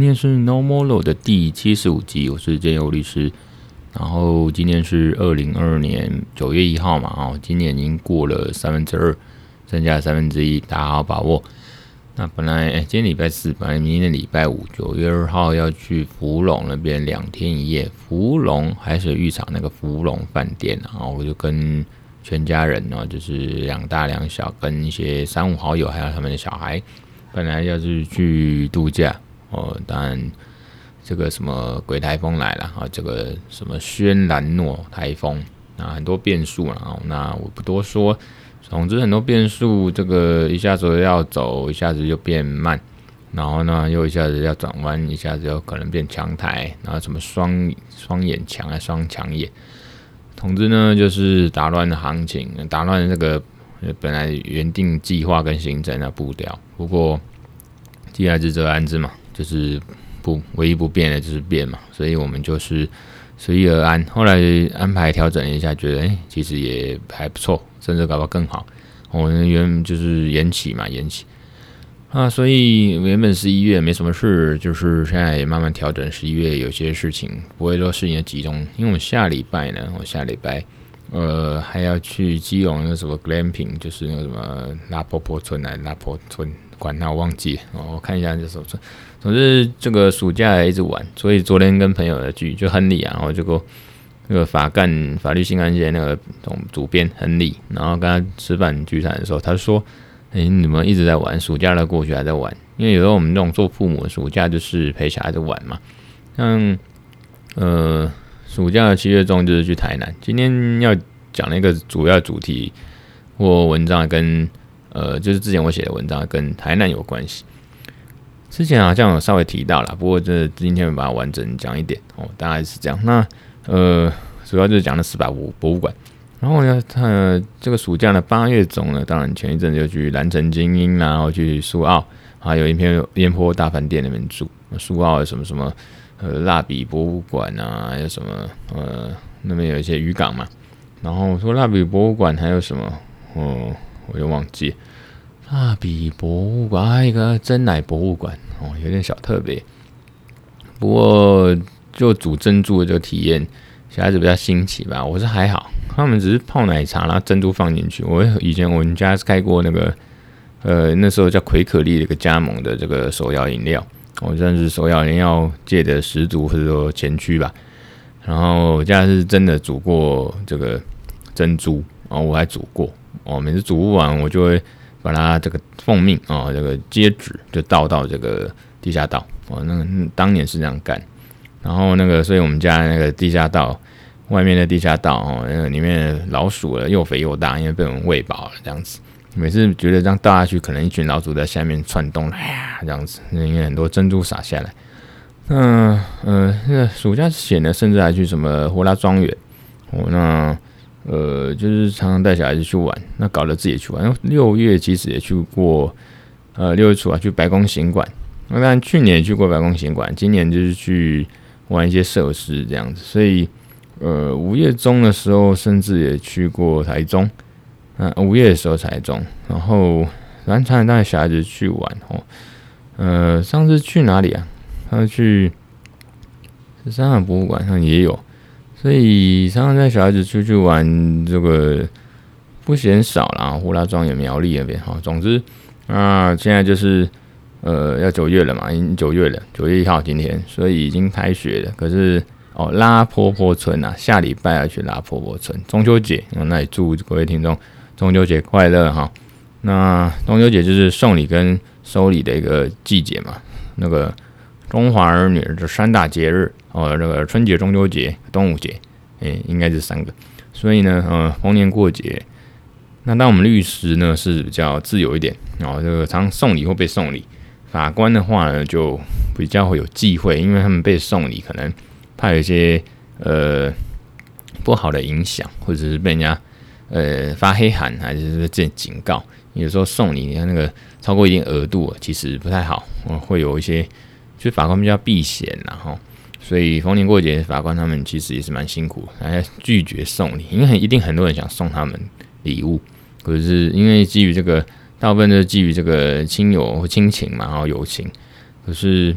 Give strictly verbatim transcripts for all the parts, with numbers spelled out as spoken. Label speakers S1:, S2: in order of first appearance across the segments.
S1: 今天是 No More Law 的第七十五集，我是建佑律师。然后今天是二零二二年九月一号嘛，哦，今年已经过了三分之二，剩下三分之一，大家好好把握。那本来、欸、今天礼拜四，本来明天礼拜五，九月二号要去福隆那边两天一夜，福隆海水浴场那个福隆饭店，然后我就跟全家人哦，就是两大两小，跟一些三五好友，还有他们的小孩，本来要是去度假哦，当然这个什么鬼台风来了啊，这个什么轩岚诺台风啊，很多变数了啊，那我不多说。总之很多变数，这个一下子要走，一下子就变慢，然后呢又一下子要转弯，一下子又可能变强台，然后什么双双眼强啊，双强眼。总之呢，就是打乱了行情，打乱了这个本来原定计划跟行程的步调。不过既来之则安之嘛，就是不唯一不变的就是变嘛，所以我们就是随遇而安。后来安排调整了一下，觉得哎、欸，其实也还不错，甚至搞不好更好。我们原就是延期嘛，延期啊，所以原本十一月没什么事，就是现在也慢慢调整。十一月有些事情不会说事情的集中，因为我们下礼拜呢，我下礼拜呃还要去基隆那个什么 glamping， 就是那个什么拉坡坡村来拉坡村，管它我忘记了、哦，我看一下这首村。总之这个暑假一直玩，所以昨天跟朋友的聚，就亨利啊，然后就go那个法干法律新案件那个总主编亨利，然后跟他吃饭聚餐的时候，他说：“哎、欸，你们一直在玩，暑假都过去还在玩。因为有时候我们这种做父母，暑假就是陪小孩子玩嘛。像呃，暑假的七月中就是去台南。今天要讲那个主要主题或文章跟呃，就是之前我写的文章跟台南有关系。之前好像有稍微提到啦，不过这今天把它完整讲一点哦，大概是这样。那呃，主要就是讲的司法博物馆。然后呢，他这个暑假呢，八月中呢，当然前一阵就去蓝城精英啦，然后去苏澳，还有一片烟波大饭店那边住。苏澳有什么什么呃蜡笔博物馆啊，还有什么呃那边有一些渔港嘛。然后说蜡笔博物馆还有什么哦，我又忘记。蜡笔博物馆还有一个珍奶博物馆哦，有点小特别。不过就煮珍珠的这个体验，小孩子比较新奇吧，我是还好。他们只是泡奶茶，然后珍珠放进去。我以前我们家是开过那个，呃，那时候叫葵可丽的一个加盟的这个手摇饮料，我算是手摇饮料界的始祖或者说前驱吧。然后我家是真的煮过这个珍珠，然后我还煮过，哦，每次煮不完我就会把它这个奉命啊、哦，这个接旨就倒到这个地下道，哦，那个当年是这样干。然后那个，所以我们家那个地下道。外面的地下道哦，那个里面老鼠了又肥又大，因为被我们喂饱了这样子。每次觉得这样倒下去，可能一群老鼠在下面窜动，哎呀这样子，因为很多珍珠洒下来。那呃，那个暑假之前呢，甚至还去什么呼啦庄园哦，那呃就是常常带小孩子去玩，那搞得自己去玩。六月其实也去过，呃六月初啊去白宫行馆，那当然去年也去过白宫行馆，今年就是去玩一些设施这样子，所以。呃，五月中的时候，甚至也去过台中。呃，五月的时候台中，然后反正常常带小孩子去玩哦。呃，上次去哪里啊？他去十三行博物馆上也有，所以常常带小孩子出去玩，这个不嫌少啦。呼啦庄园苗栗那边哈，总之啊，现在就是呃要九月了嘛，已经九月了，九月一号今天，所以已经开学了，可是。哦，拉坡坡村啊，下礼拜要去拉坡坡村，中秋节，哦、那也祝各位听众中秋节快乐哈。那中秋节就是送礼跟收礼的一个季节嘛，那个中华儿女的三大节日哦，那个春节、中秋节、端午节，诶，应该是三个。所以呢，呃，逢年过节，那当我们律师呢是比较自由一点哦，这个常送礼或被送礼，法官的话呢就比较会有忌讳，因为他们被送礼可能。怕有一些呃不好的影响，或者是被人家呃发黑函，还是这警告。有时候送你那个超过一定额度，其实不太好，会有一些就是法官比较避嫌，然后所以逢年过节法官他们其实也是蛮辛苦，还拒绝送礼，因为一定很多人想送他们礼物，可是因为基于这个大部分都是基于这个亲友或亲情嘛，然后友情，可是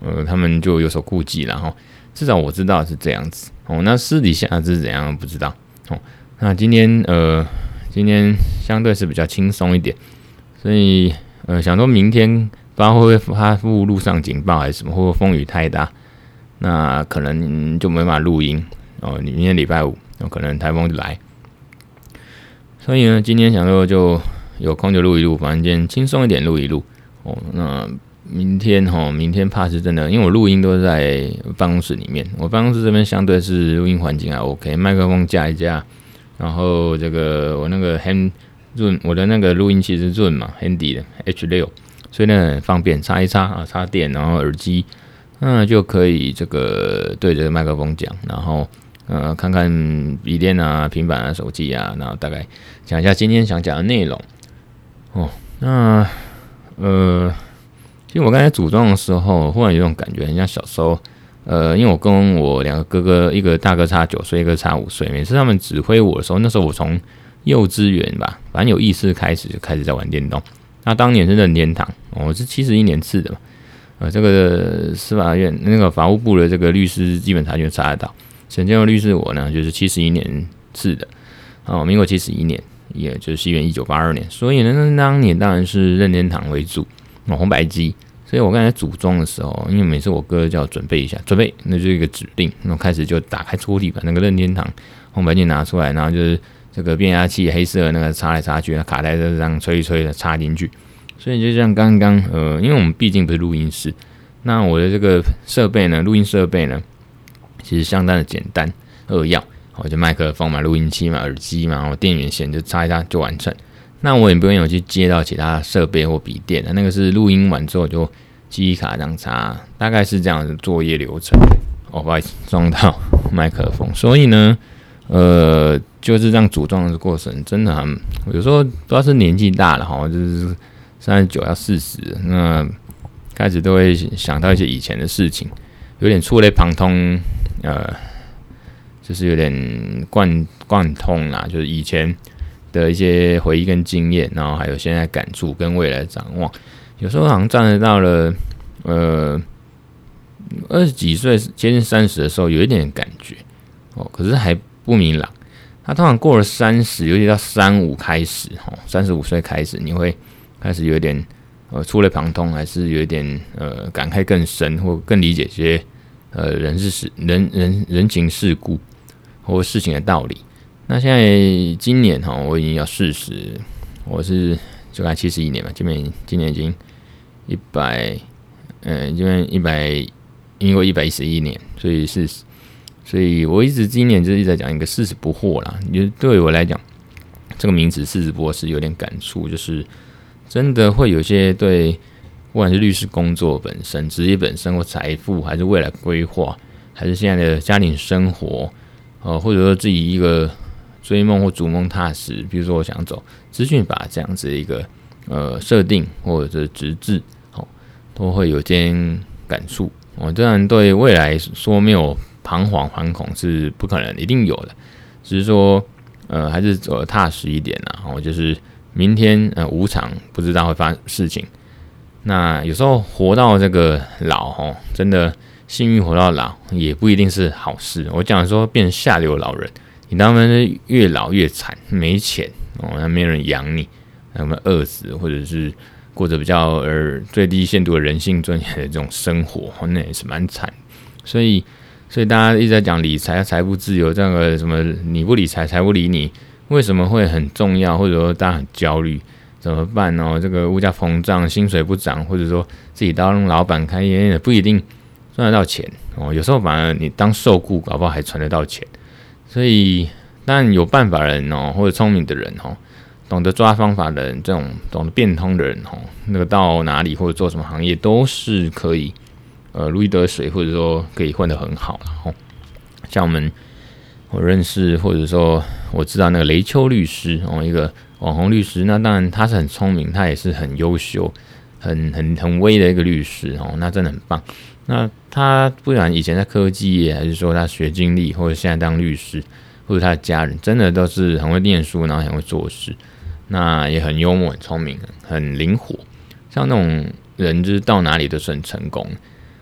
S1: 呃，他们就有所顾忌啦齁。至少我知道是这样子哦。那私底下是怎样不知道哦。那今天呃，今天相对是比较轻松一点，所以呃，想说明天不知道会不会发布路上警报还是什么，或者风雨太大，那可能就没办法录音哦。明天礼拜五，有可能台风就来，所以呢，今天想说就有空就录一录，反正今天轻松一点录一录哦。那明天哈，明天怕是真的，因为我录音都是在办公室里面，我办公室这边相对是录音环境还 OK， 麦克风架一架，然后这个我那个 hand Zoom 我的那个录音器是 Zoom 嘛 ，Handy 的 H 六， 所以呢很方便，插一插啊，插电，然后耳机，那就可以这个对着麦克风讲，然后呃看看笔电啊、平板啊、手机啊，然后大概讲一下今天想讲的内容哦。那呃。其实我刚才组装的时候，忽然有种感觉，很像小时候，呃，因为我跟我两个哥哥，一个大哥差九岁，一个差五岁。每次他们指挥我的时候，那时候我从幼稚园吧，反正有意识开始就开始在玩电动。那当年是任天堂，我是七十一年次的嘛，呃，这个司法院那个法务部的这个律师基本查询查得到。沈建佑律师我呢，就是七十一年次的，哦，民国七十一年，也就是西元一九八二年，所以呢，当年当然是任天堂为主。哦，红白机，所以我刚才组装的时候，因为每次我哥叫我准备一下，准备，那就是一个指令，然后开始就打开抽屉，把那个任天堂红白机拿出来，然后就是这个变压器黑色的那个插来插去，卡带就这样吹一吹的插进去，所以就像刚刚呃，因为我们毕竟不是录音室，那我的这个设备呢，录音设备呢，其实相当的简单扼要，我就麦克风嘛，录音器嘛，耳机嘛，然后电源线就插一插就完成。那我也不用有去接到其他设备或笔电的，那个是录音完之后就记忆卡这样插，大概是这样的作业流程。哦，不好意思，撞到麦克风。所以呢，呃，就是这样组装的过程，真的很有时候不知道是年纪大了哈，就是三十九要四十，那开始都会想到一些以前的事情，有点触类旁通，呃，就是有点贯贯通啦，就是以前的一些回忆跟经验，然后还有现在感触跟未来的展望，有时候好像站得到了，呃，二十几岁接近三十的时候，有一点感觉哦，可是还不明朗。他通常过了三十，尤其到三五开始，哦，三十五岁开始，你会开始有点呃触类旁通，还是有一点呃感慨更深，或更理解一些呃人事人人人情世故或事情的道理。那现在今年哈，我已经要四十，我是就看七十一年嘛，今年今年已经一百，呃，今年一百，因为一百一十一年，所以四十，所以我一直今年就是一直在讲一个四十不惑啦。就对我来讲，这个名词四十不惑是有点感触，就是真的会有些对，不管是律师工作本身、职业本身或财富，还是未来规划，还是现在的家庭生活，呃，或者说自己一个追梦或逐梦踏实，比如说我想走资讯法这样子的一个呃设定或者是职志，哦，都会有点感触。我当然对未来说没有彷徨惶恐是不可能，一定有的，只是说呃还是走得踏实一点啦。哦，就是明天呃无常，不知道会发生事情。那有时候活到这个老，哦，真的幸运活到老也不一定是好事。我讲说变成下流老人。你当然越老越惨，没钱哦，那没人养你，那么饿死，或者是过着比较呃最低限度的人性尊严的这种生活，那也是蛮惨。所以，所以大家一直在讲理财、财富自由，这个什么你不理财，财不理你，为什么会很重要？或者说大家很焦虑，怎么办哦？这个物价膨胀，薪水不涨，或者说自己当老板开业也不一定赚得到钱哦。有时候反而你当受雇，搞不好还赚得到钱。所以，当然有办法的人哦，或者聪明的人哦，懂得抓方法的人，这种懂得变通的人哦，那个到哪里或者做什么行业都是可以呃如鱼得水，或者说可以混得很好啦哦。像我们我认识或者说我知道那个雷丘律师哦，一个网红律师，那当然他是很聪明，他也是很优秀、很很很威的一个律师哦，那真的很棒。那他不然以前在科技业，还是说他学经历，或者现在当律师，或者他的家人，真的都是很会念书，然后很会做事，那也很幽默、很聪明、很灵活。像那种人，就是到哪里都是很成功。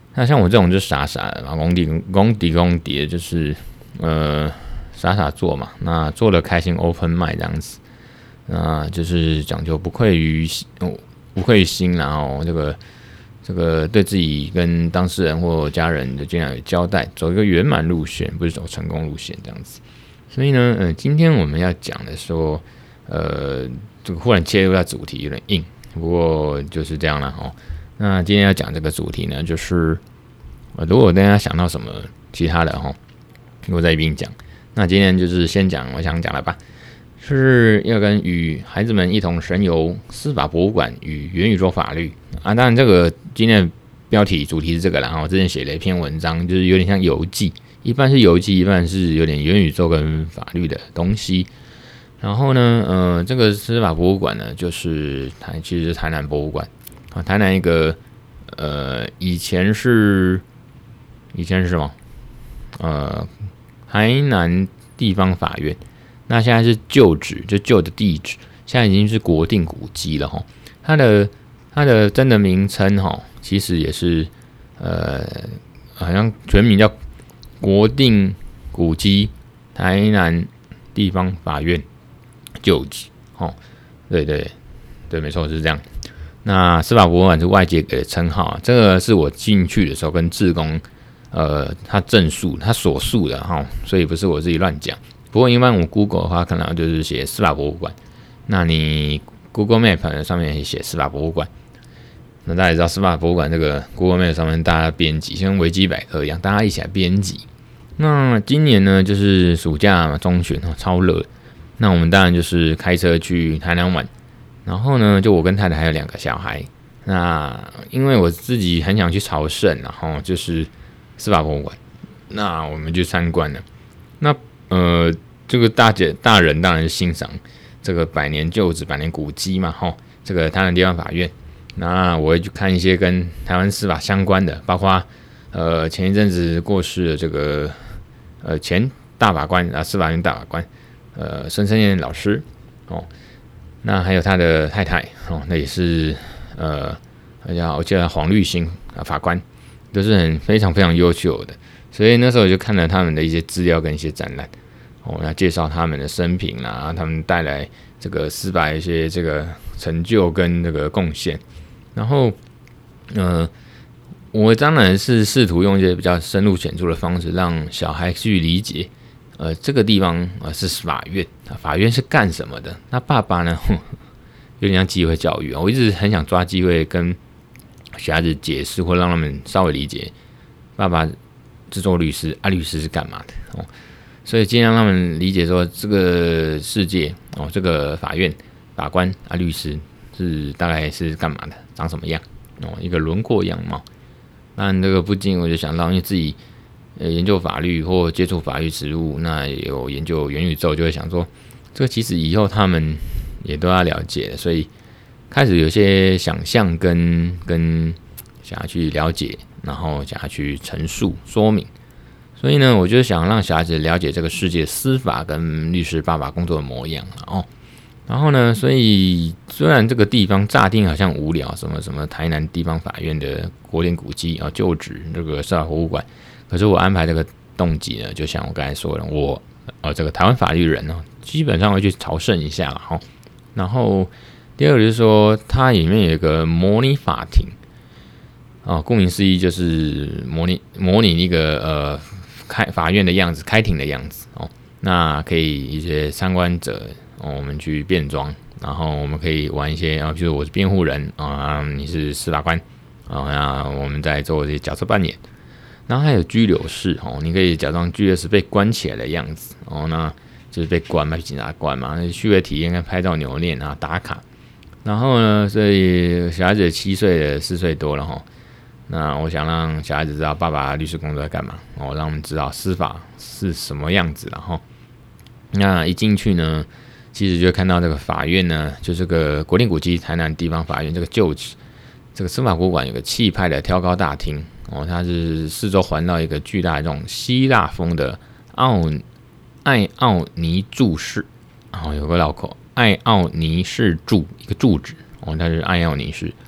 S1: 那像我这种就傻傻的嘛，公底公底公底的，就是呃傻傻做嘛。那做的开心 ，open mind 这样子，那就是讲究不愧于不愧于心，然后这个这个对自己跟当事人或家人的尽量有交代，走一个圆满路线，不是走成功路线这样子。所以呢，呃，今天我们要讲的说，呃，这个忽然切入到主题有点硬，不过就是这样了哦。那今天要讲这个主题呢，就是，呃，如果大家想到什么其他的哈，我再一并讲。那今天就是先讲我想讲的吧，是要跟与孩子们一同神游司法博物馆与元宇宙法律啊。当然，这个今天的标题主题是这个啦。我之前写了一篇文章，就是有点像游记，一半是游记，一半是有点元宇宙跟法律的东西。然后呢，呃，这个司法博物馆呢，就是台其实是台南博物馆。啊，台南一个呃，以前是以前是什么？呃，台南地方法院，那现在是旧址，就旧的地址，现在已经是国定古迹了哈。它的它的真的名称哈，其实也是呃，好像全名叫国定古迹台南地方法院旧址。哦，对对对，没错，是这样。那司法博物馆是外界给的称号，这个是我进去的时候跟志工，呃，他证述他所述的哈，所以不是我自己乱讲。不过一般我 Google 的话，可能就是写司法博物馆。那你 Google Map 上面也写司法博物馆。那大家也知道司法博物馆这个 Google Map 上面大家编辑，像维基百科一样，大家一起来编辑。那今年呢，就是暑假嘛，中旬超热，那我们当然就是开车去台南玩。然后呢，就我跟太太还有两个小孩。那因为我自己很想去朝圣，然后就是司法博物馆，那我们就参观了。那呃，这个大姐大人当然是欣赏这个百年旧址、百年古迹嘛，吼，这个台南地方法院。那我会去看一些跟台湾司法相关的，包括呃前一阵子过世的这个呃前大法官啊，司法院大法官呃孙生燕老师哦。那还有他的太太哦，那也是呃，我记得黄律兴啊法官，都是很非常非常优秀的。所以那时候我就看了他们的一些资料跟一些展览哦，那介绍他们的生平啦，他们带来这个司法一些这个成就跟这个贡献。然后呃，我当然是试图用一些比较深入浅出的方式，让小孩去理解。呃，这个地方呃是法院，法院是干什么的？那爸爸呢，有点像机会教育。我一直很想抓机会跟小孩子解释，或让他们稍微理解，爸爸是做律师，啊，律师是干嘛的哦？所以尽量让他们理解说，这个世界哦，这个法院法官啊，律师是大概是干嘛的，长什么样哦，一个轮廓样貌。那这个不禁我就想到，因为自己。呃，研究法律或接触法律实务，那也有研究元宇宙，就会想说，这个其实以后他们也都要了解，所以开始有些想象跟跟想要去了解，然后想要去陈述说明。所以呢，我就想让小孩子了解这个世界司法跟律师爸爸工作的模样哦。然后呢，所以虽然这个地方乍听好像无聊，什么什么台南地方法院的国典古迹啊，旧址这个司法博物馆。可是我安排这个动机呢，就像我刚才说的，我呃这个台湾法律人呢，基本上会去朝圣一下哈。然后第二个就是说，它里面有一个模拟法庭啊，顾名思义就是模拟模拟一个呃开法院的样子，开庭的样子哦。那可以一些参观者哦，我们去变装，然后我们可以玩一些啊，比如我是辩护人啊，你是司法官啊，那我们在做这些角色扮演。然后还有拘留室哦，你可以假装拘留室被关起来的样子哦，那就是被关嘛，警察关嘛，那趣味体验跟拍照留念啊打卡。然后呢，所以小孩子七岁的四岁多了哈，那我想让小孩子知道爸爸律师工作在干嘛哦，让我们知道司法是什么样子然后那一进去呢，其实就看到这个法院呢，就是个国定古迹台南地方法院这个旧址，这个司法博物馆有个气派的挑高大厅。哦，它是四周环绕一个巨大的这种希腊风的奥艾奥尼柱式，哦，有个绕口，艾奥尼式柱一个柱子，哦，它是艾奥尼式。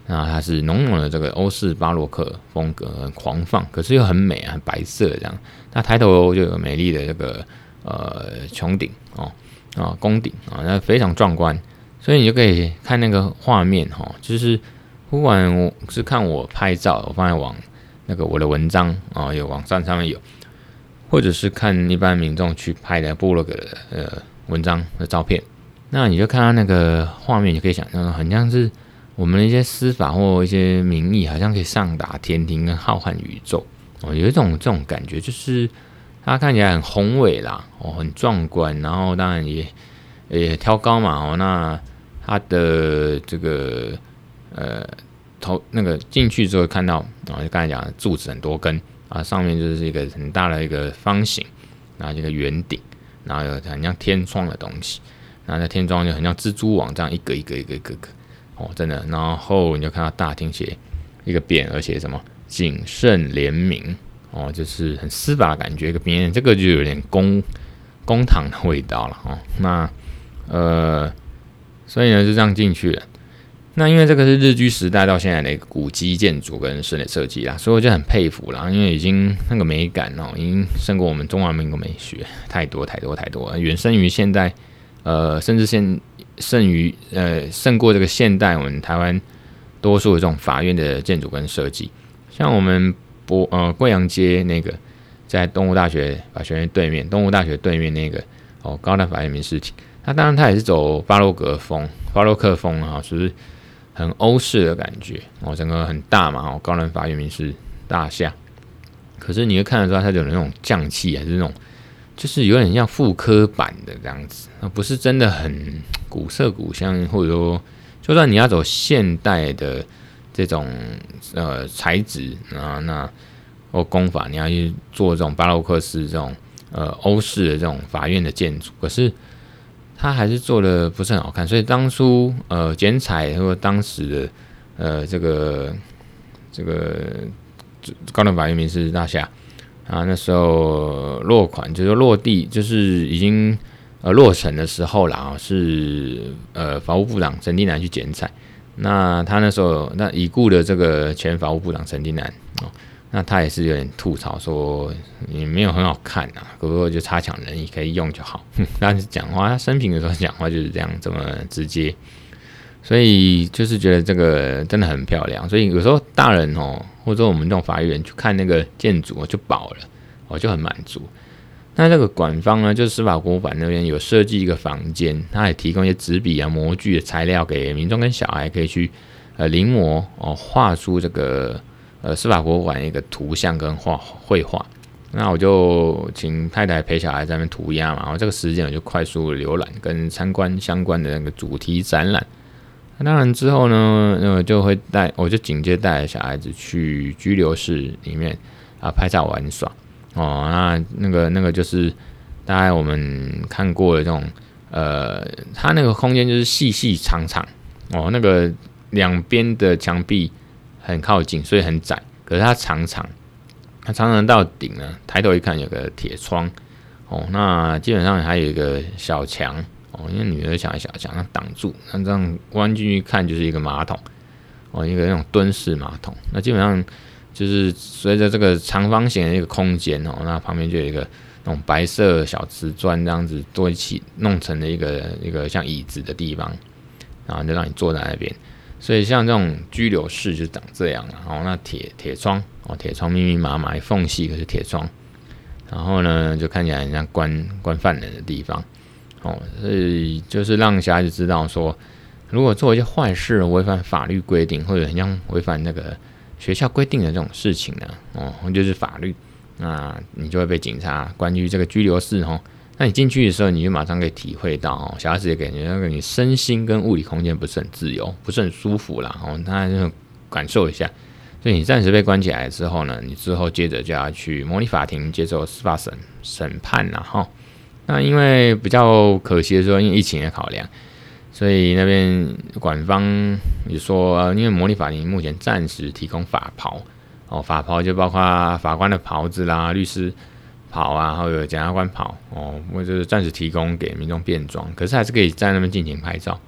S1: 那它是浓浓的这个欧式巴洛克风格，很狂放，可是又很美啊，很白色这样。那抬头就有美丽的这个呃穹顶哦啊宫顶啊，那非常壮观。所以你就可以看那个画面哈，就是不管我是看我拍照，我放在网那个我的文章啊，有网站上面有，或者是看一般民众去拍的部落格的呃文章的照片，那你就看到那个画面，你可以想象很像是我们的一些司法或一些民意，好像可以上达天庭跟浩瀚宇宙哦，有一种这种感觉，就是它看起来很宏伟啦，哦，很壮观，然后当然也也挑高嘛，哦，那它的这个呃头那个进去之后看到啊，就刚才讲的柱子很多根啊，上面就是一个很大的一个方形，然后这个圆顶，然后有很像天窗的东西，然后那天窗就很像蜘蛛网这样一个一个一个一个一个哦，真的，然后你就看到大厅写一个匾，而且什么谨慎廉明哦，就是很司法的感觉，一个匾，这个就有点公公堂的味道了哦。那呃。所以呢，就这样进去了。那因为这个是日据时代到现在的一个古迹建筑跟室内设计啦，所以我就很佩服啦，因为已经那个美感哦，已经胜过我们中华民国美学太多太多太多，远胜于现代，呃，甚至现胜于呃胜过这个现代我们台湾多数的这种法院的建筑跟设计。像我们博呃贵阳街那个，在东吴大学法学院对面，东吴大学对面那个哦高等法院民事庭。那当然，它也是走巴洛克风，巴洛克风啊，就是很欧式的感觉哦，整个很大嘛，哦，高等法院民事大厦。可是你会看得出来，它有那种匠气，还是那种就是有点像复刻版的这样子，不是真的很古色古香，或者说，就算你要走现代的这种呃材质啊，那或工法，你要去做这种巴洛克式这种呃欧式的这种法院的建筑，可是它还是做的不是很好看，所以当初呃剪彩或当时的呃这个这个高等法院民事大厦啊，那时候落款就是落地，就是已经呃落成的时候啦，是呃法务部长陈定南去剪彩，那他那时候那已故的这个前法务部长陈定南哦。那他也是有点吐槽说，你没有很好看啊，不过就差强人意，可以用就好。但是讲话，他生平的时候讲话就是这样这么直接，所以就是觉得这个真的很漂亮。所以有时候大人哦，或者说我们这种法律人去看那个建筑就饱了，我就很满足。那这个馆方呢，就是司法国馆那边有设计一个房间，他也提供一些纸笔啊、模具的材料给民众跟小孩可以去呃临摹哦，画出这个。呃，司法博物馆一个图像跟画绘画，那我就请太太陪小孩在那边涂鸦嘛，然后这个时间我就快速浏览跟参观相关的那个主题展览。那当然之后呢，我就会带，我就紧接带小孩子去拘留室里面啊拍照玩耍哦。那那个那个就是大概我们看过的这种，呃，它那个空间就是细细长长哦，那个两边的墙壁很靠近，所以很窄。可是它长长，它长长到顶呢，抬头一看有个铁窗哦。那基本上还有一个小墙哦，因为女儿想要小墙，它挡住。那这样弯进去看就是一个马桶哦，一个那种蹲式马桶。那基本上就是随着这个长方形的一个空间哦，那旁边就有一个那种白色小瓷砖这样子做一起弄成的一个一个像椅子的地方，然后就让你坐在那边。所以像这种拘留室就长这样了，哦，那铁铁窗哦，铁窗密密麻麻，缝隙可是铁窗，然后呢就看起来很像关关犯人的地方，哦，所以就是让小孩子知道说，如果做一些坏事，违反法律规定，或者很像违反那个学校规定的这种事情呢，哦，就是法律，那你就会被警察关于这个拘留室哦。那你进去的时候，你就马上可以体会到哦，小孩子也感觉那个你身心跟物理空间不是很自由，不是很舒服啦哦，他就感受一下。所以你暂时被关起来之后呢，你之后接着就要去模拟法庭接受司法审审判啦哈。那因为比较可惜的说，因为疫情的考量，所以那边馆方也说，呃，因为模拟法庭目前暂时提供法袍哦，法袍就包括法官的袍子啦，律师袍啊，还有检察官袍哦，或者是暂时提供给民众便装，可是还是可以在那边进行拍照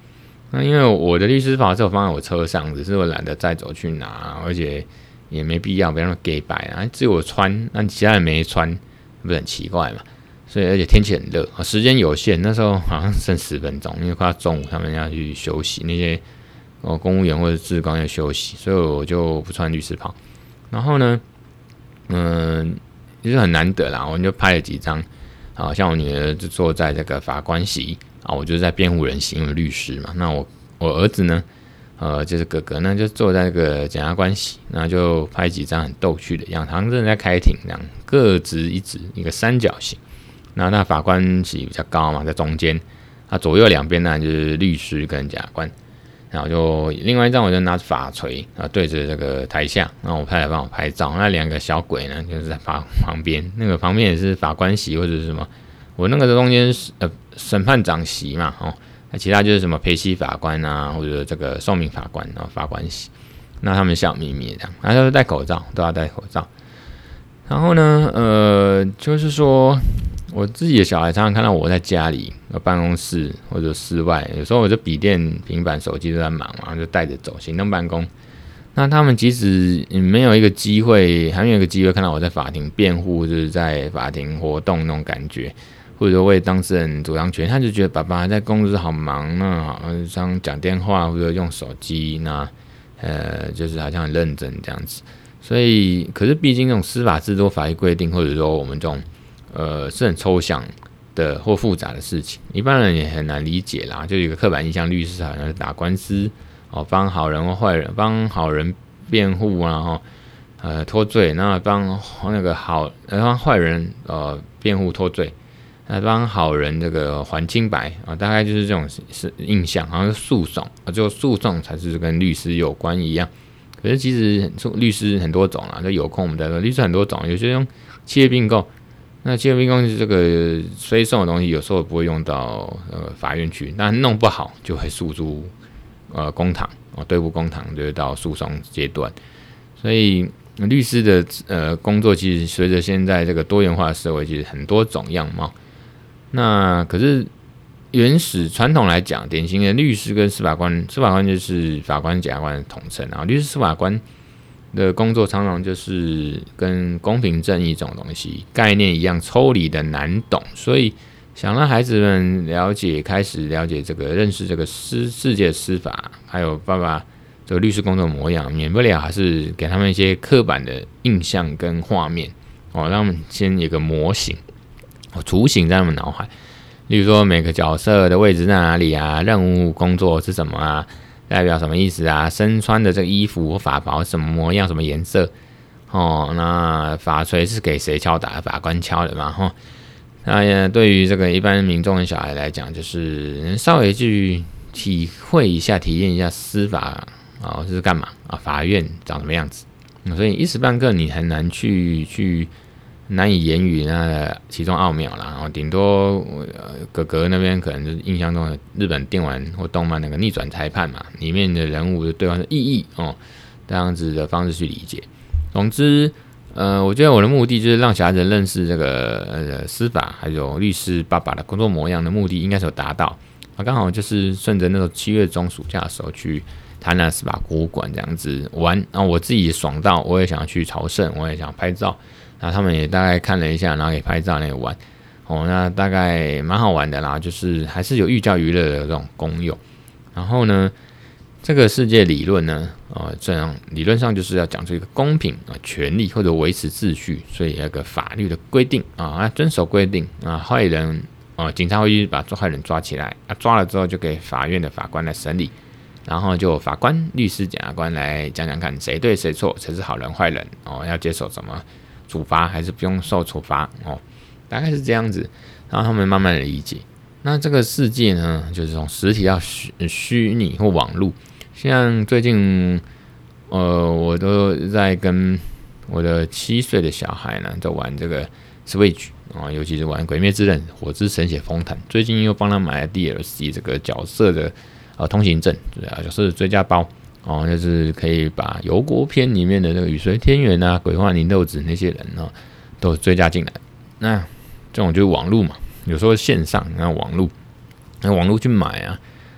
S1: 那因为我的律师法是有放在我车上，只是我懒得再走去拿，而且也没必要，不要那么给白啊。只有我穿，那其他人没穿，不是很奇怪嘛？所以而且天气很热，时间有限，那时候好像剩十分钟，因为快要中午，他们要去休息，那些哦公务员或者志工要休息，所以我就不穿律师袍。然后呢，嗯，就是很难得啦，我就拍了几张，啊，像我女儿就坐在这个法官席啊，我就是在辩护人席，因为律师嘛。那我我儿子呢，呃，就是哥哥呢，就坐在这个检察官席，那就拍几张很逗趣的样子，好像真的在开庭这样，各执一职，一个三角形。那那法官席比较高嘛，在中间，那左右两边呢就是律师跟检察官。然后就另外一张，我就拿着法锤啊对着这个台下，然后我太太帮我拍照。那两个小鬼呢，就是在法旁边，那个旁边也是法官席或者是什么，我那个中间是呃审判长席嘛，哦，那其他就是什么陪席法官啊，或者这个受命法官啊，法官席。那他们笑眯眯这样，然后都戴口罩，都要戴口罩。然后呢，呃，就是说。我自己的小孩常常看到我在家里、办公室或者室外，有时候我就笔电、平板、手机都在忙嘛，就带着走，行动办公。那他们即使没有一个机会，还没有一个机会看到我在法庭辩护，就是在法庭活动那种感觉，或者说为当事人主张权，他就觉得爸爸在公司好忙，那好像讲电话或者用手机，那呃就是好像很认真这样子。所以，可是毕竟这种司法制度法律规定，或者说我们这种。呃，是很抽象的或复杂的事情，一般人也很难理解啦。就有一个刻板印象，律师好像是打官司哦，帮好人或坏人，帮好人辩护啊，哈，呃，脱罪，那帮那个好，帮坏人呃辩护脱罪，那帮好人这个还清白啊，大概就是这种是印象，好像是诉讼啊，就诉讼才是跟律师有关一样。可是其实律师很多种啦，就有空我们再说，律师很多种，有些用企业并购。那企业并购这个非讼的东西，有时候不会用到呃法院去，但弄不好就会诉诸呃公堂哦，对簿公堂就会到诉讼阶段。所以律师的呃工作，其实随着现在这个多元化的社会，其实很多种样貌。那可是原始传统来讲，典型的律师跟司法官，司法官就是法官、检察官的统称啊，律师、司法官。的工作常常就是跟公平正义这种东西概念一样抽离的难懂，所以想让孩子们了解，开始了解这个认识这个世世界司法，还有爸爸这个律师工作模样，免不了还是给他们一些刻板的印象跟画面哦，让他们先有个模型哦，雏形在他们脑海。例如说每个角色的位置在哪里啊，任务工作是什么啊？代表什么意思啊？身穿的这个衣服或法袍什么模样、什么颜色？哦，那法锤是给谁敲打的？法官敲的嘛？哈，那对于这个一般民众的小孩来讲，就是稍微去体会一下、体验一下司法啊、哦、是干嘛啊？法院长什么样子？所以一时半刻你很难去去难以言语那其中奥妙啦。然后顶多呃哥哥那边可能就是印象中的日本电玩或动漫那个逆转裁判嘛，里面的人物的对方的意义哦，这样子的方式去理解。总之，呃，我觉得我的目的就是让小孩子认识这个呃司法还有律师爸爸的工作模样的目的，应该是有达到。啊，刚好就是顺着那个七月中暑假的时候去台南司法博物馆这样子玩，然后我自己爽到，我也想要去朝圣，我也想拍照。那他们也大概看了一下，然后也拍照那个玩，哦，那大概蛮好玩的啦，就是还是有寓教于乐的这种功用。然后呢，这个世界理论呢，呃，这样理论上就是要讲出一个公平啊、权利或者维持秩序，所以有个法律的规定啊，遵守规定啊，坏人啊，警察会去把坏人抓起来啊，抓了之后就给法院的法官来审理，然后就法官、律师、检察官来讲讲看谁对谁错，谁是好人坏人哦，要接受什么处罚还是不用受处罚哦，大概是这样子，然后他们慢慢的理解。那这个世界呢，就是从实体到虚虚拟或网络。像最近，呃，我都在跟我的七岁的小孩呢，在玩这个 Switch 啊、哦，尤其是玩《鬼灭之刃》《火之神血风毯》。最近又帮他买了 D L C 这个角色的呃通行证，对啊，就是追加包。哦，就是可以把油锅篇里面的那个羽随天元啊、鬼幻灵豆子那些人哦，都追加进来。那这种就是网络嘛，有时候线上，然后网络，那网络去买啊，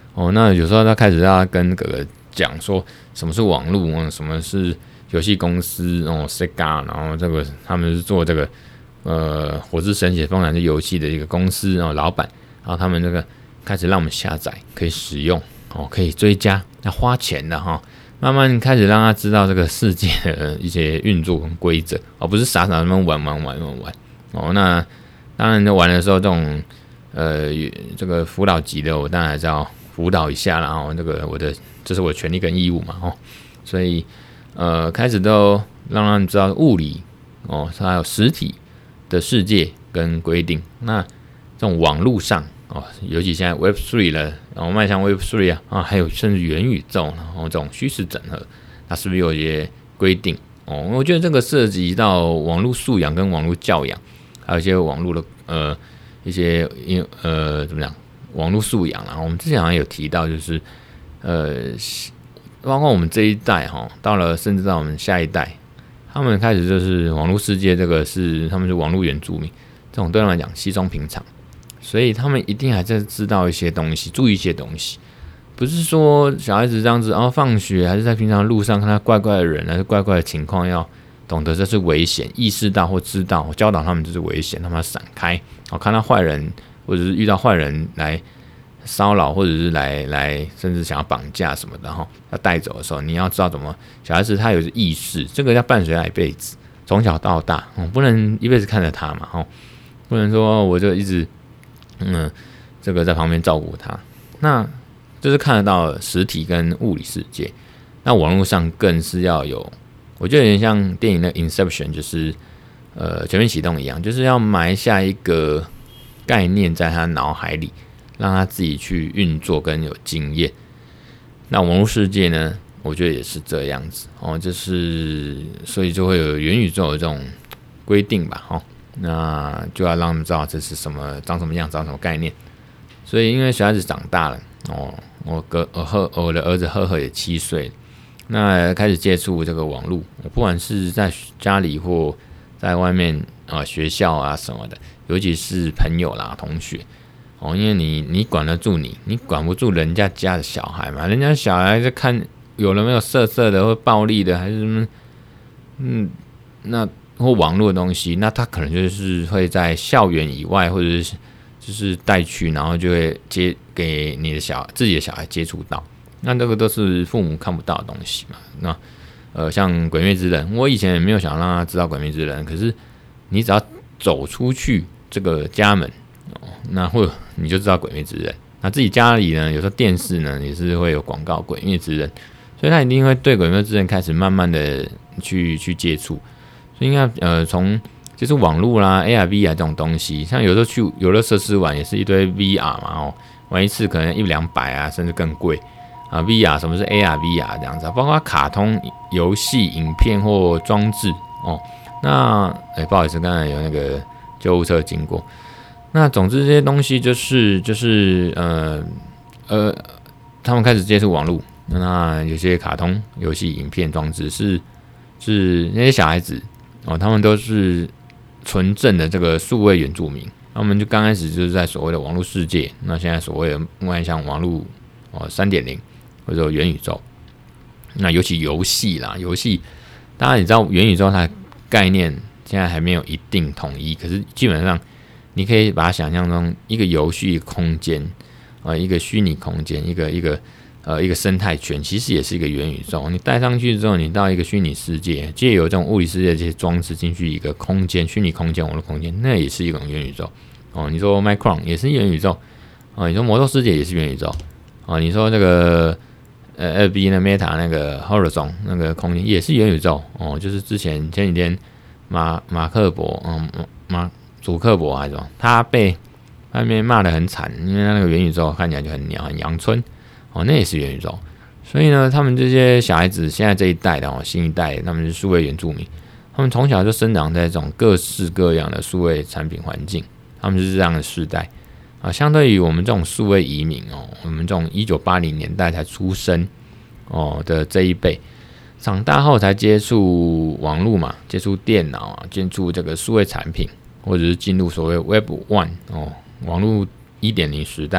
S1: 哦，那有时候他开始要跟哥哥讲说什么是网络，嗯，什么是游戏公司哦 ，Sega， 然后这个他们是做这个呃《火之神血风》这游戏的一个公司哦，老板，然后他们这个开始让我们下载，可以使用哦，可以追加，要花钱的哈、哦。慢慢开始让他知道这个世界的一些运作跟规则，而、哦、不是傻傻那么玩玩玩玩玩哦。那当然，在玩的时候，这种呃这个辅导级的，我当然还是要辅导一下啦。哦，这个我的这是我的权利跟义务嘛。哦，所以呃开始都让他们知道物理哦，还有实体的世界跟规定。那这种网络上哦，尤其现在 Web 三 了，然后迈向 Web 三 啊，啊，还有甚至元宇宙，然后这种虚实整合，它是不是有一些规定哦？我觉得这个涉及到网络素养跟网络教养，还有一些网络的呃一些呃怎么讲网络素养啦。我们之前好像有提到，就是呃，包括我们这一代哈，到了甚至到我们下一代，他们开始就是网络世界，这个是他们是网络原住民，这种对他们来讲稀松平常。所以他们一定还在知道一些东西，注意一些东西，不是说小孩子这样子，然后放学还是在平常路上看到怪怪的人，还是怪怪的情况，要懂得这是危险，意识到或知道，教导他们这是危险，他们要闪开。哦，看到坏人或者是遇到坏人来骚扰，或者是来来甚至想要绑架什么的哈，要带走的时候，你要知道怎么，小孩子他有意识，这个要伴随他一辈子，从小到大，哦，不能一辈子看着他嘛，哦，不能说我就一直。嗯，这个在旁边照顾他，那就是看得到实体跟物理世界。那网络上更是要有，我觉得有点像电影的 Inception， 就是呃全面启动一样，就是要埋下一个概念在他脑海里，让他自己去运作跟有经验。那网络世界呢，我觉得也是这样子哦，就是所以就会有元宇宙的这种规定吧，哦。那就要让他们知道这是什么，长什么样，长什么概念。所以因为小孩子长大了哦，我哥我赫我的儿子赫赫也七岁，那开始接触这个网络，不管是在家里或在外面啊、呃、学校啊什么的，尤其是朋友啦同学哦，因为你你管得住你，你管不住人家家的小孩嘛，人家小孩在看有了没有色色的或暴力的，还是什么，嗯，那。或网络的东西，那他可能就是会在校园以外，或者是就是带去，然后就会接给你的小自己的小孩接触到，那这个都是父母看不到的东西嘛。那呃，像《鬼灭之刃》，我以前也没有想让他知道《鬼灭之刃》，可是你只要走出去这个家门，哦，那会你就知道《鬼灭之刃》。那自己家里呢，有时候电视呢也是会有广告《鬼灭之刃》，所以他一定会对《鬼灭之刃》开始慢慢的去去接触。应该呃从就是网络啦 A R、V R 这种东西，像有时候去游乐设施玩也是一堆 V R 嘛哦，玩一次可能一两百啊，甚至更贵啊。V R 什么是 A R、V R 这样子，包括卡通游戏、影片或装置哦。那哎、欸、不好意思，刚才有那个救护车经过。那总之这些东西就是就是呃呃，他们开始接触网络，那有些卡通游戏、影片、装置是是那些小孩子。哦，他们都是纯正的这个数位原住民，他们就刚开始就是在所谓的网络世界，那现在所谓的迈向网络哦 三点零 或者元宇宙，那尤其游戏啦，游戏当然你知道元宇宙它的概念现在还没有一定统一，可是基本上你可以把它想象成一个游戏空间，呃，一个虚拟空间，一个一个。呃，一个生态圈其实也是一个元宇宙。你带上去之后，你到一个虚拟世界，借由这种物理世界的这些装置进去一个空间，虚拟空间、网络空间，那也是一种元宇宙。哦，你说 Minecraft 也是元宇宙，哦，你说魔兽世界也是元宇宙，哦，你说那个呃 二 B 那 Meta 那个 Horizon 那个空间也是元宇宙。哦，就是之前前几天马马克伯，嗯，马祖克伯还是什么，他被外面骂得很惨，因为那个元宇宙看起来就很鸟，很阳春。哦，那也是元宇宙，所以呢，他们这些小孩子现在这一代的哦，新一代，他们是数位原住民，他们从小就生长在这种各式各样的数位产品环境，他们是这样的世代啊。相对于我们这种数位移民哦，我们这种一九八零年代才出生哦的这一辈，长大后才接触网络嘛，接触电脑啊，接触这个数位产品，或者是进入所谓 Web One 哦，网络一点零时代。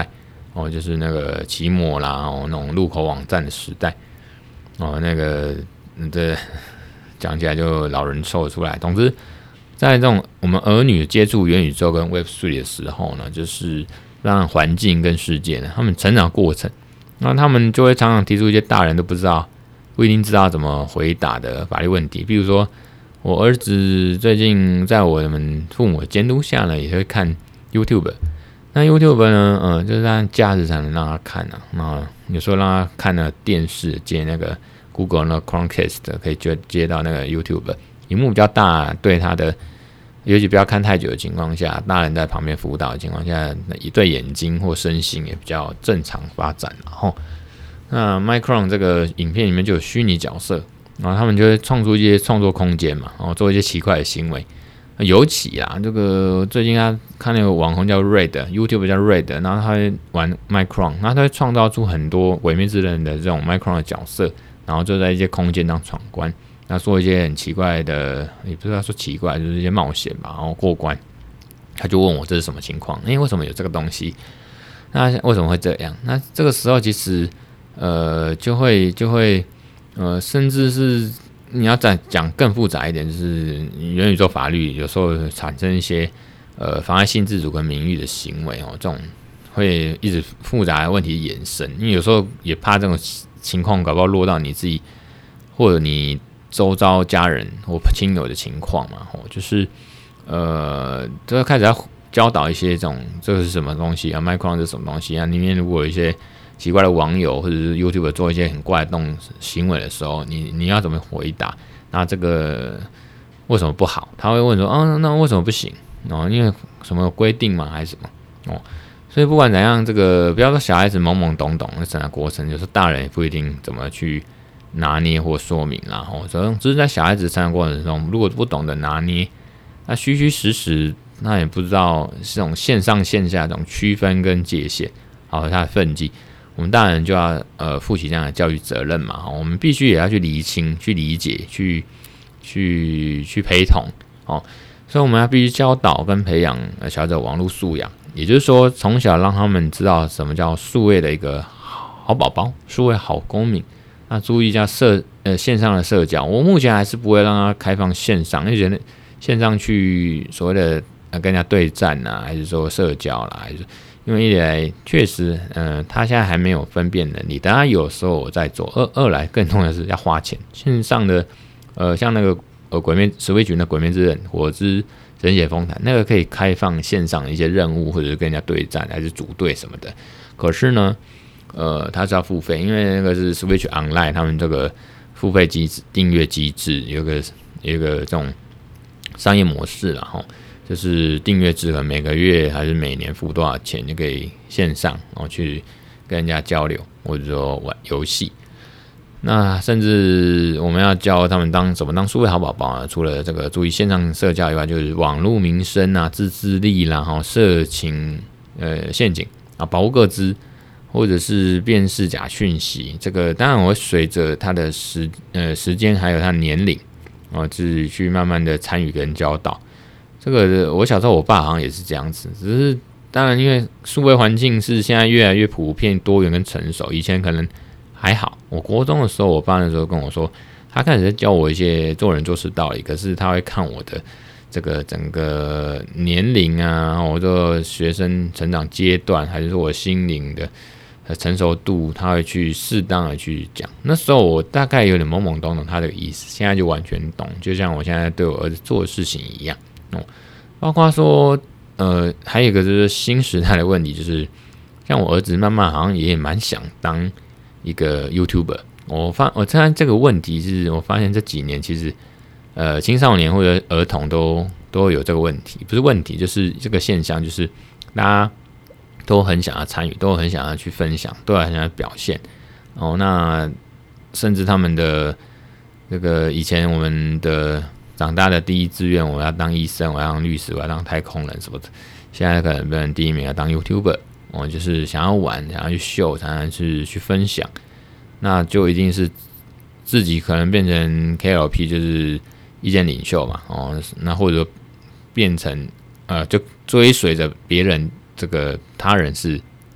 S1: 哦，就是那个奇摩啦，哦，那种入口网站的时代，哦，那个这讲起来就老人抽出来。总之，在这种我们儿女接触元宇宙跟 Web 三 的时候呢，就是让环境跟世界呢，他们成长过程，那他们就会常常提出一些大人都不知道、不一定知道怎么回答的法律问题。比如说，我儿子最近在我们父母的监督下呢，也会看 YouTube。那 YouTube 呢，呃，就是让假日才能让他看啊。那有时候让他看了电视，接那个 Google 那 Chromecast 可以接接到那个 YouTube， 萤幕比较大，对他的，尤其不要看太久的情况下，大人在旁边辅导的情况下，一对眼睛或身心也比较正常发展。然后，那 Micron 这个影片里面就有虚拟角色，然后他们就会创出一些创作空间嘛，然后做一些奇怪的行为。尤其啦，这个最近他看那个网红叫 Red，YouTube 叫 Red， 然后他会玩 Micron， 然后他会创造出很多毁灭之刃的这种 Micron 的角色，然后就在一些空间当闯关，那做一些很奇怪的，也不知道说奇怪，就是一些冒险吧，然后过关。他就问我这是什么情况？因为为什么有这个东西？那为什么会这样？那这个时候其实呃就会就会呃甚至是。你要再讲更复杂一点，就是元宇宙法律有时候产生一些呃妨碍性自主跟名誉的行为哦，这种会一直复杂的问题延伸。因为有时候也怕这种情况搞不好落到你自己或者你周遭家人或亲友的情况嘛，哦，就是呃，就要开始要教导一些这种这个是什么东西啊 ，Micron 是什么东西啊？里面如果有一些奇怪的网友或者是 YouTube 做一些很怪的动行为的时候，你你要怎么回答？那这个为什么不好？他会问说，哦，那为什么不行？哦，因为什么规定吗？还是什么？哦，所以不管怎样，这个不要说小孩子懵懵懂懂的成长过程，有时候大人也不一定怎么去拿捏或说明啦。哦，所以只是在小孩子成长过程中，如果不懂得拿捏，那虚虚实实，那也不知道这种线上线下这种区分跟界限，好，它的分际。我们大人就要呃负起这样的教育责任嘛，我们必须也要去厘清、去理解、去去去陪同哦，所以我们要必须教导跟培养小孩子网络素养，也就是说，从小让他们知道什么叫数位的一个好宝宝、数位好公民。那注意一下社呃线上的社交，我目前还是不会让他开放线上，因为觉得线上去所谓的呃跟人家对战啊，还是说社交啦，还是。因为一来确实，呃，他现在还没有分辨能力，等他有时候我再做。二二来更重要的是要花钱，线上的，呃，像那个呃鬼灭 Switch 的鬼灭之刃、火之神血风坛，那个可以开放线上的一些任务，或者是跟人家对战，还是组队什么的。可是呢，呃，它是要付费，因为那个是 Switch Online 他们这个付费机制、订阅机制有个有一个这种商业模式啦，齁。就是订阅制，可能每个月还是每年付多少钱，就可以线上然后去跟人家交流，或者说玩游戏。那甚至我们要教他们当怎么当数位好宝宝啊，除了这个注意线上社交以外，就是网络民生啊、自制力啦、哈色情呃陷阱啊、保护个资，或者是辨识假讯息。这个当然我会随着他的时呃时间还有他的年龄啊，自己去慢慢的参与跟教导。这个我小时候我爸好像也是这样子，只是当然因为数位环境是现在越来越普遍、多元跟成熟，以前可能还好。我国中的时候，我爸那时候跟我说，他开始在教我一些做人做事道理，可是他会看我的这个整个年龄啊，我的学生成长阶段，还是说我心灵的成熟度，他会去适当的去讲。那时候我大概有点懵懵懂懂他的意思，现在就完全懂，就像我现在对我儿子做的事情一样。哦，包括说，呃，还有一个就是新时代的问题，就是像我儿子慢慢好像也蛮想当一个 YouTuber。我发我看这个问题是我发现这几年其实，呃，青少年或者儿童都都有这个问题，不是问题，就是这个现象，就是大家都很想要参与，都很想要去分享，都很想要表现。哦，那甚至他们的这个以前我们的。长大的第一志愿，我要当医生，我要当律师，我要当太空人什么的。现在可能变成第一名要当 YouTuber， 我就是想要玩，想要去秀，想要去去分享，那就一定是自己可能变成 K L P， 就是意见领袖嘛，哦，那或者说变成呃，就追随着别人，这个他人是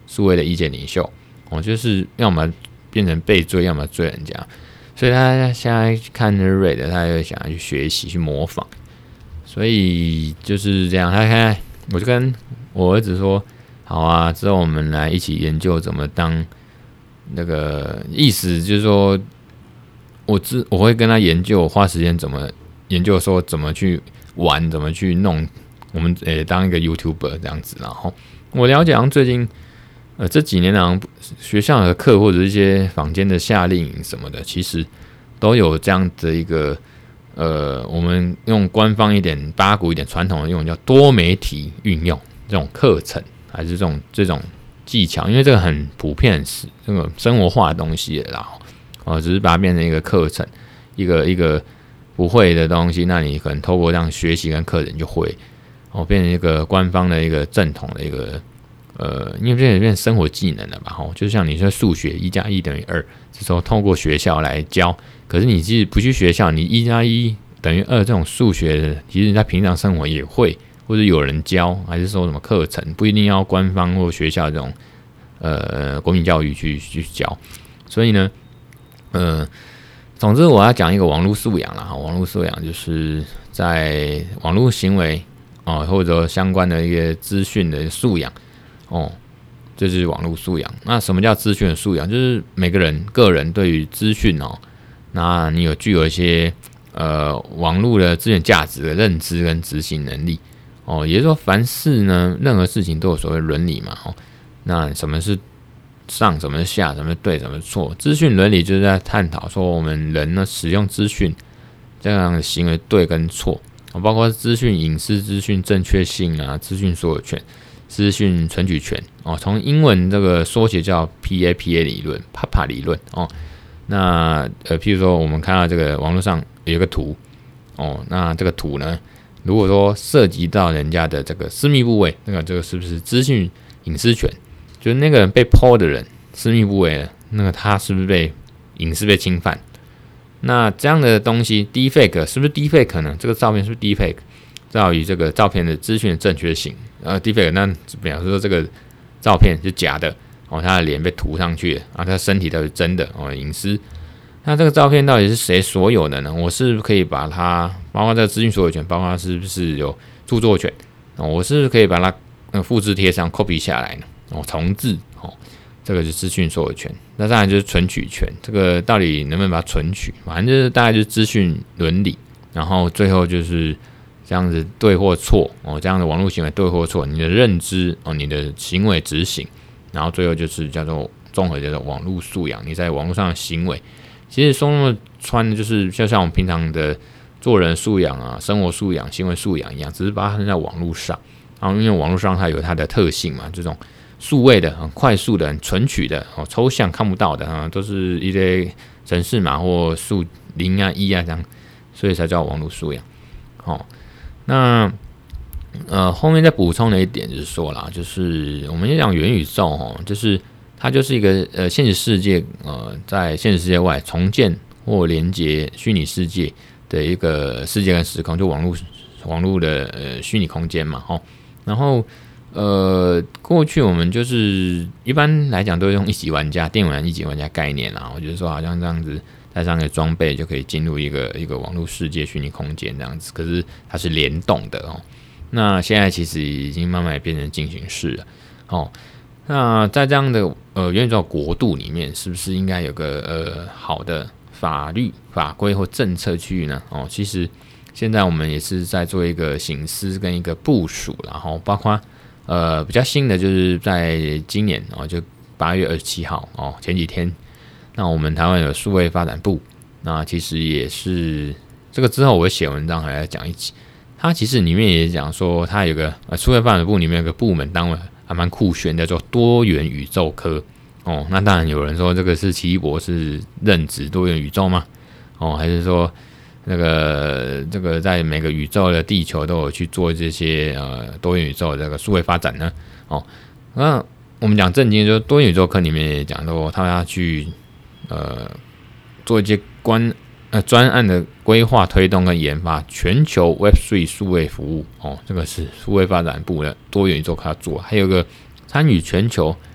S1: 数位的意见领袖哦，就是要么变成被追，要么追人家。所以他现在看 Red， 他就想要去学习、去模仿。所以就是这样，他看我就跟我儿子说：“好啊，之后我们来一起研究怎么当那个意思，就是说，我知我会跟他研究，花时间怎么研究，说怎么去玩，怎么去弄。我们诶、欸、当一个 YouTuber 这样子。然后我了解，好像最近呃这几年好像学校的课或者一些坊间的夏令营什么的，其实都有这样的一个。”呃，我们用官方一点、八股一点、传统的用叫多媒体运用这种课程，还是这种这种技巧，因为这个很普遍、是这个生活化的东西啦。哦，只是把它变成一个课程，一个一个不会的东西，那你可能透过这样学习跟课程就会，哦，变成一个官方的一个正统的一个呃，因为变成变成生活技能了嘛。哦，就像你说数学一加一等于二，这时候透过学校来教。可是你其实不去学校，你一加一等于二这种数学的，其实你在平常生活也会，或者有人教，还是说什么课程，不一定要官方或学校这种呃国民教育去去教。所以呢，呃，总之我要讲一个网络素养啦。网络素养就是在网络行为哦，或者相关的一些资讯的素养哦，这就是网络素养。那什么叫资讯的素养？就是每个人个人对于资讯哦。那你有具有一些呃网络的资源价值的认知跟执行能力哦，也就是说，凡事呢，任何事情都有所谓伦理嘛哦。那什么是上，什么是下，什么是对，什么是错？资讯伦理就是在探讨说，我们人呢使用资讯这样的行为对跟错，包括资讯隐私、资讯正确性啊、资讯所有权、资讯存取权哦。从英文这个缩写叫 P A P A 理论 ，P A P A 理论哦。那呃，譬如说，我们看到这个网络上有个图哦，那这个图呢，如果说涉及到人家的这个私密部位，那个这个是不是资讯隐私权？就是那个人被 po 的人私密部位了，那个他是不是被隐私被侵犯？那这样的东西 ，deepfake 是不是 deepfake 呢？这个照片是不是 deepfake？在于这个照片的资讯的正确性，呃 ，deepfake 那表示说这个照片是假的。哦，他的脸被涂上去了啊，他身体都是真的哦，隐私。那这个照片到底是谁所有的呢？我是不是可以把它，包括这个资讯所有权，包括它是不是有著作权？哦，我是不是可以把它、呃、复制贴上 copy 下来呢？哦，重置哦，这个是资讯所有权。那当然就是存取权，这个到底能不能把它存取？反正就是大概就是资讯伦理，然后最后就是这样子对或错哦，这样的网络行为对或错，你的认知哦，你的行为执行。然后最后就是叫做综合叫做网络素养，你在网络上的行为，其实说那么穿的就是就像我们平常的做人素养啊、生活素养、行为素养一样，只是把它放在网络上。然后因为网络上它有它的特性嘛，这种数位的、很快速的、很存取的、哦抽象看不到的啊，都是一些程式码或数零啊、一啊这样，所以才叫网络素养。好、哦，那。呃，后面再补充的一点就是说啦，就是我们讲元宇宙哦，就是它就是一个呃现实世界呃在现实世界外重建或连接虚拟世界的一个世界跟时空，就网络网络的呃虚拟空间嘛，吼。然后呃过去我们就是一般来讲都用一级玩家、电玩一级玩家概念啦，我觉得说好像这样子带上个装备就可以进入一个一个网络世界虚拟空间这样子，可是它是联动的哦。那现在其实已经慢慢变成进行式了，哦。那在这样的呃元宇宙国度里面，是不是应该有个呃好的法律法规或政策区域呢？哦，其实现在我们也是在做一个省思跟一个部署，然后包括呃比较新的就是在今年哦，就八月二十七号哦前几天，那我们台湾有数位发展部，那其实也是这个之后我会写文章还来讲一集。它其实里面也讲说，它有个呃，数位发展部里面有个部门单位还蛮酷炫的，叫做多元宇宙科哦。那当然有人说这个是奇异博士任职多元宇宙吗？哦，还是说那个这个在每个宇宙的地球都有去做这些呃多元宇宙的这个数位发展呢？哦，那我们讲正经，就是多元宇宙科里面也讲说，他要去呃做一些关。呃，专案的规划、推动跟研发全球 Web 三 数位服务哦，这个是数位发展部的多元宇宙科要做，还有个参与全球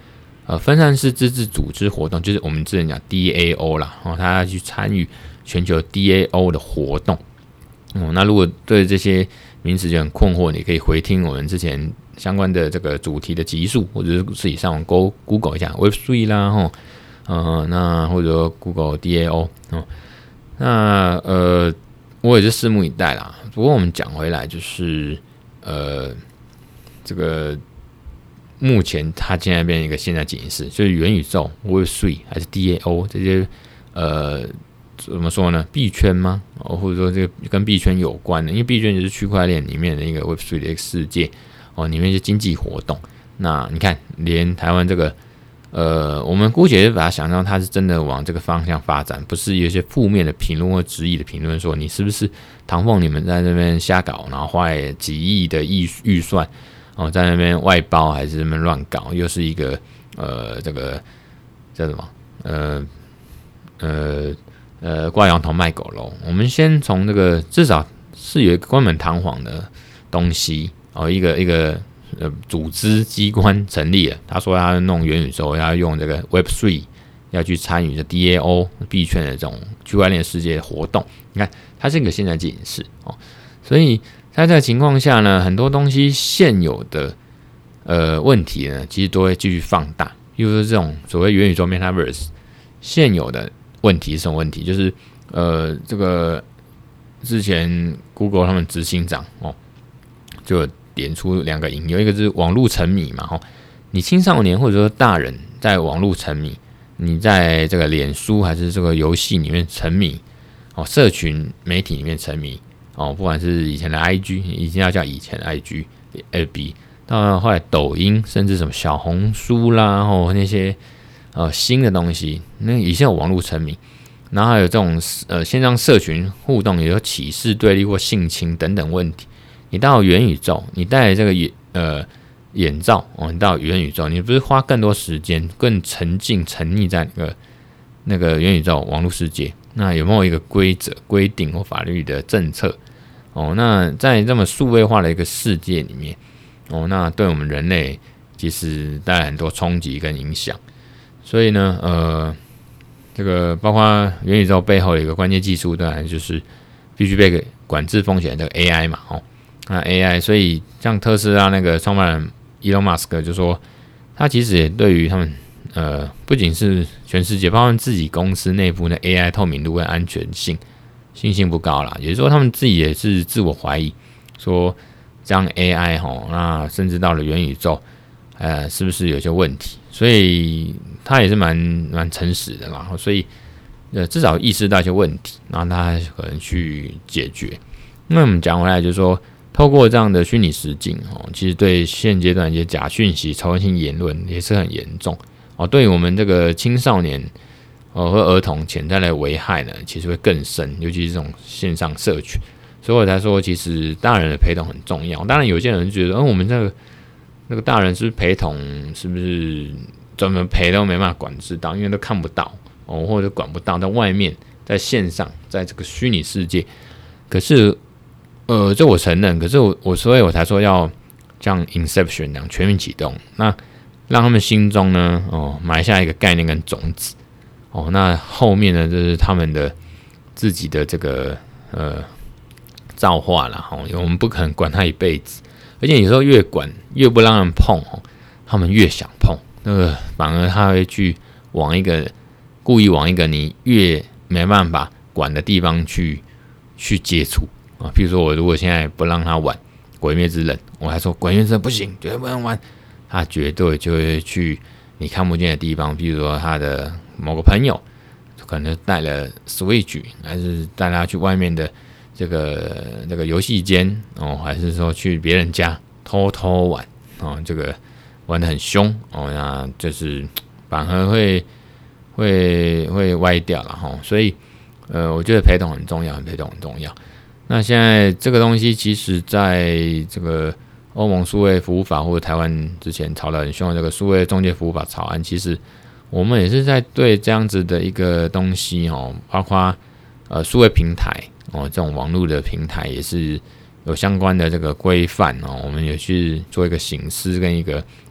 S1: 呃分散式自治组织活动，就是我们之前讲 D A O 啦，哦，他要去参与全球 D A O 的活动。哦，那如果对这些名词就很困惑，你可以回听我们之前相关的这个主题的集数，或者是自己上网 Go Google 一下 Web 三 啦，吼，呃，那或者说 Google D A O 哦，那呃，我也是拭目以待啦。不过我们讲回来，就是呃，这个目前它现在变成一个现在警示，就是元宇宙 Web 三 还是 D A O 这些呃。怎么说呢？币圈吗？哦，或者说这个跟币圈有关的，因为币圈就是区块链里面的一个 Web 三 的一个世界哦，里面是经济活动。那你看，连台湾这个呃，我们姑且就把它想象它是真的往这个方向发展，不是有一些负面的评论或质疑的评论说你是不是唐凤你们在那边瞎搞，然后花了几亿的预预算哦，在那边外包还是那边乱搞，又是一个呃这个叫什么呃呃。呃，挂羊头卖狗肉。我们先从这个至少是有一个冠冕堂皇的东西哦，一个一个呃组织机关成立了。他说他要弄元宇宙，要用这个 Web 三，要去参与这 D A O 币圈的这种区块链世界的活动。你看，它是一个现在进式哦，所以在这个情况下呢，很多东西现有的呃问题呢，其实都会继续放大。比如说这种所谓元宇宙 Metaverse 现有的问题是什么问题？就是呃，这个之前 Google 他们执行长哦，就点出两个引诱，一个是网络沉迷嘛，哦，你青少年或者说大人在网络沉迷，你在这个脸书还是这个游戏里面沉迷，哦，社群媒体里面沉迷，哦，不管是以前的 I G， 以前要叫以前的 I G、F B， 到后来抖音，甚至什么小红书啦，哦那些。呃，新的东西，那以前有网络沉迷，然后还有这种呃线上社群互动，也有歧视、对立或性侵等等问题。你到元宇宙，你戴这个眼呃眼罩哦，你到元宇宙，你不是花更多时间、更沉浸、沉溺在那个那个元宇宙网络世界？那有没有一个规则、规定或法律的政策？哦，那在这么数位化的一个世界里面，哦，那对我们人类其实带来很多冲击跟影响。所以呢，呃，这个包括元宇宙背后的一个关键技术，当然就是必须被管制风险的 A I 嘛，哦，那 A I， 所以像特斯拉那个创办人 Elon Musk 就说，他其实也对于他们，呃，不仅是全世界，包括自己公司内部的 A I 透明度跟安全性信心不高啦，也就是说他们自己也是自我怀疑，说这样 A I 哈，那甚至到了元宇宙。呃，是不是有些问题？所以他也是蛮蛮诚实的啦，所以呃，至少意识到一些问题，然后他可能去解决。那我们讲回来，就是说，透过这样的虚拟实境哦，其实对现阶段一些假讯息、仇恨性言论也是很严重哦，对于我们这个青少年哦和儿童潜在的危害呢，其实会更深，尤其是这种线上社群。所以我才说，其实大人的陪同很重要。当然，有些人觉得，嗯、呃，我们这个。那个大人是不是陪同？是不是专门陪都没办法管制到，因为都看不到哦，或者管不到，在外面，在线上，在这个虚拟世界。可是，呃，这我承认。可是我我所以我才说要像 Inception 那样全面启动，那让他们心中呢，哦，埋下一个概念跟种子。哦，那后面呢，就是他们的自己的这个呃造化啦。哦，我们不可能管他一辈子。而且有时候越管越不让人碰，他们越想碰，那个反而他会去往一个故意往一个你越没办法管的地方去去接触啊。譬如说我如果现在不让他玩《鬼灭之刃》，我还说《鬼灭之刃》不行，绝对不能玩，他绝对就会去你看不见的地方，譬如说他的某个朋友可能带了 Switch， 还是带他去外面的。这个这个游戏间哦，还是说去别人家偷偷玩哦，这个玩得很凶哦，那就是反而会会会歪掉了哈。所以呃，我觉得陪同很重要，陪同很重要。那现在这个东西，其实在这个欧盟数位服务法或者台湾之前吵得很凶的这个数位中介服务法草案，其实我们也是在对这样子的一个东西哦，包括呃数位平台。哦，这种网络的平台也是有相关的这个规范哦，我们也去做一个省思跟一个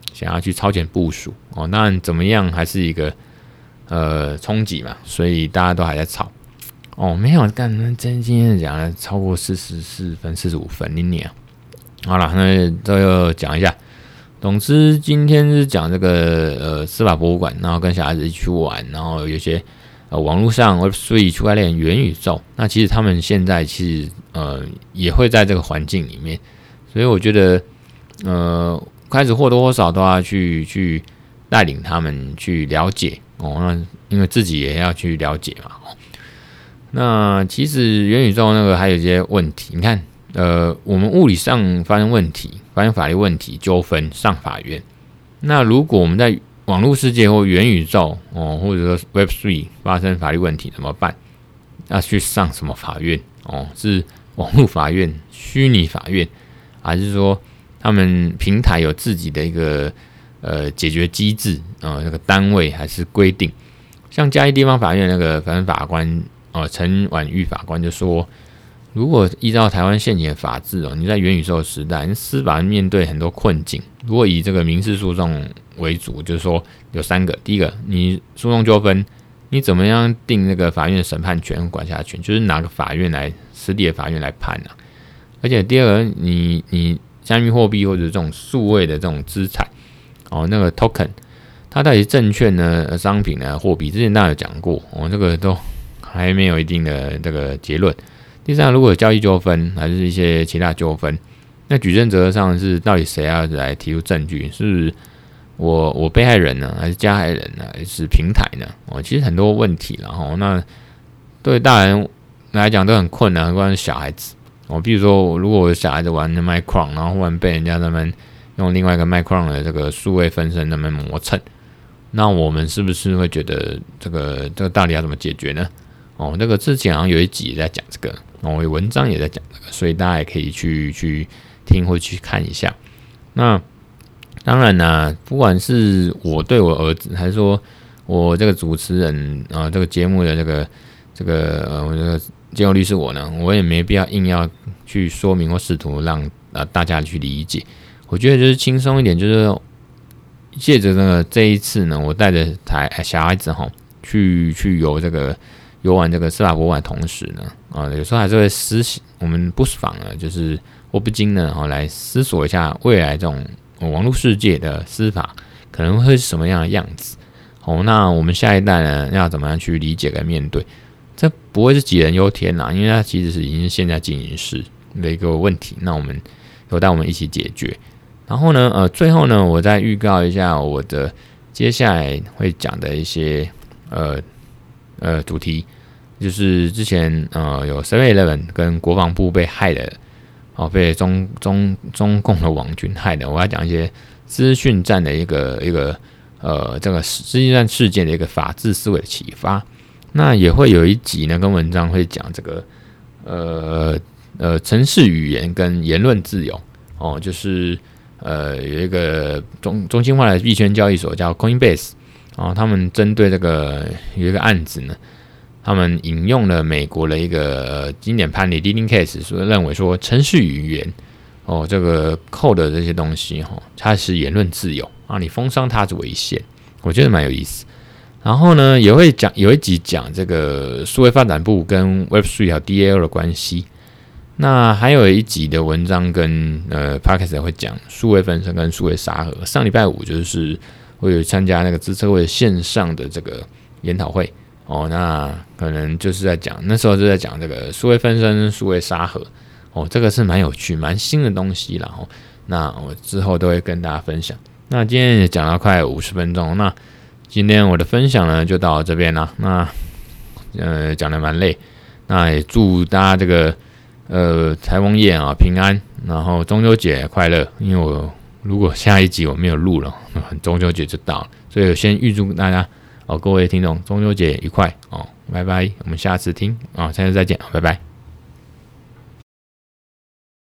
S1: 想要去超前部署哦。当然怎么样还是一个呃冲击嘛，所以大家都还在吵哦。没有干，那真今天讲了超过四十四分、四十五分，你你啊，好了，那都讲一下。总之，今天是讲这个呃司法博物馆，然后跟小孩子一起去玩，然后有些呃网络上 Web 三 区块链元宇宙，那其实他们现在其实呃也会在这个环境里面，所以我觉得呃开始或多或少都要去去带领他们去了解哦，那因为自己也要去了解嘛。哦、那其实元宇宙那个还有一些问题，你看。呃，我们物理上发生问题，发生法律问题纠纷上法院。那如果我们在网络世界或元宇宙哦，或者说 Web 三 发生法律问题怎么办？要去上什么法院？哦，是网络法院、虚拟法院，还是说他们平台有自己的一个呃解决机制啊、呃？那个单位还是规定？像嘉义地方法院那个反正法官哦，陈婉玉法官就说。如果依照台湾现行的法制哦，你在元宇宙时代，司法面对很多困境。如果以这个民事诉讼为主，就是说有三个：第一个，你诉讼纠纷，你怎么样定那个法院的审判权和管辖权，就是哪个法院来实体的法院来判啊？而且第二个，你你加密货币或者这种数位的这种资产哦，那个 token， 它到底是证券呢、商品呢、货币？之前大家有讲过哦，这个都还没有一定的这个结论。第三，如果有交易纠纷，还是一些其他纠纷，那举证责任上是到底谁要来提出证据？是我我被害人呢，还是加害人呢，还是平台呢？哦，其实很多问题啦，齁，那对大人来讲都很困难，何况是小孩子哦。比如说，如果我的小孩子玩 Minecraft， 然后忽然被人家他们用另外一个 Minecraft 的这个数位分身那么磨蹭，那我们是不是会觉得这个这个到底要怎么解决呢？哦，那个之前好像有一集也在讲这个，哦，有文章也在讲这个，所以大家也可以去去听或去看一下。那当然啦、啊，不管是我对我儿子，还是说我这个主持人啊、呃，这个节目的这个这个呃，我这个建佑律师我呢，我也没必要硬要去说明或试图让呃大家去理解。我觉得就是轻松一点，就是借着这个这一次呢，我带着台小孩子哈，去去游这个。游玩这个司法博物馆的同时呢，啊，有时候还是会思，我们不妨呢，就是或不禁呢，来思索一下未来这种网络世界的司法可能会是什么样的样子。哦，那我们下一代呢，要怎么样去理解跟面对？这不会是杞人忧天啦，因为它其实是已经是现在进行时的一个问题。那我们有待我们一起解决。然后呢，呃，最后呢，我再预告一下我的接下来会讲的一些呃。呃，主题就是之前呃有 seven eleven 跟国防部被害的，哦，被中中中共的网军害的。我要讲一些资讯战的一个一个呃这个资讯战事件的一个法治思维的启发。那也会有一集呢，跟文章会讲这个呃呃程式语言跟言论自由哦，就是呃有一个中中心化的币圈交易所叫 Coinbase。哦，他们针对这个有一个案子呢，他们引用了美国的一个、呃、经典判例 leading case， 说认为说程式语言哦，这个 code 的这些东西哈、哦，它是言论自由啊，你封杀它是违宪，我觉得蛮有意思。然后呢，也会讲有一集讲这个数位发展部跟 Web 三 还有 D A O 的关系。那还有一集的文章跟呃 Podcast 会讲数位分身跟数位沙盒。上礼拜五就是。我有参加那个资策会线上的这个研讨会哦，那可能就是在讲那时候就在讲这个数位分身、数位沙盒哦，这个是蛮有趣、蛮新的东西啦哦。那我之后都会跟大家分享。那今天也讲到快五十分钟，那今天我的分享呢就到这边啦。那呃讲的蛮累，那也祝大家这个呃台风夜啊平安，然后中秋节快乐，因为我。如果下一集我没有录了，中秋节就到了，所以我先预祝大家哦，各位听众中秋节愉快哦，拜拜，我们下次听啊、哦，下次再见，拜拜。